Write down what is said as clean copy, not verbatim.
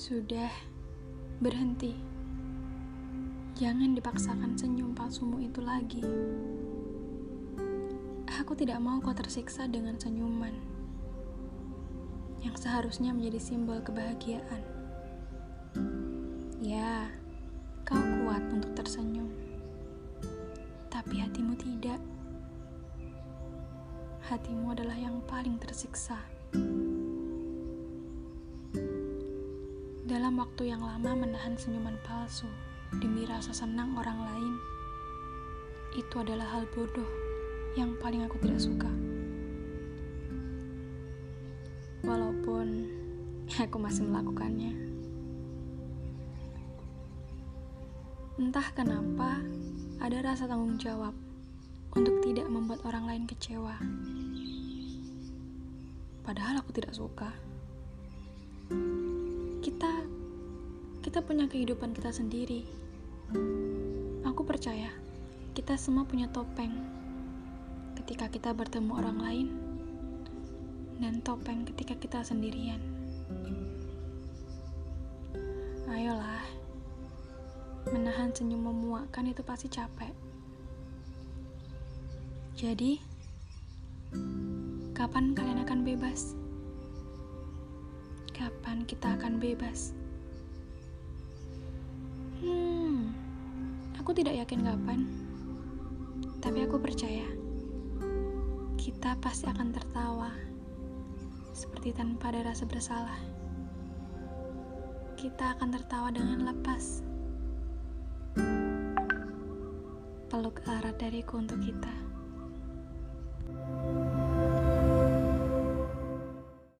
Sudah, berhenti. Jangan dipaksakan senyum palsumu itu lagi. Aku tidak mau kau tersiksa dengan senyuman yang seharusnya menjadi simbol kebahagiaan. Ya, kau kuat untuk tersenyum, tapi hatimu tidak. Hatimu adalah yang paling tersiksa. Dalam waktu yang lama menahan senyuman palsu demi rasa senang orang lain, itu adalah hal bodoh yang paling aku tidak suka. Walaupun aku masih melakukannya. Entah kenapa ada rasa tanggung jawab untuk tidak membuat orang lain kecewa. Padahal aku tidak suka. Kita punya kehidupan kita sendiri. Aku percaya kita semua punya topeng ketika kita bertemu orang lain, dan topeng ketika kita sendirian. Ayolah, menahan senyum memuakkan itu pasti capek. Jadi, kapan kalian akan bebas? Kapan kita akan bebas? Aku tidak yakin kapan, tapi aku percaya kita pasti akan tertawa seperti tanpa ada rasa bersalah. Kita akan tertawa dengan lepas. Peluk erat dariku untuk kita.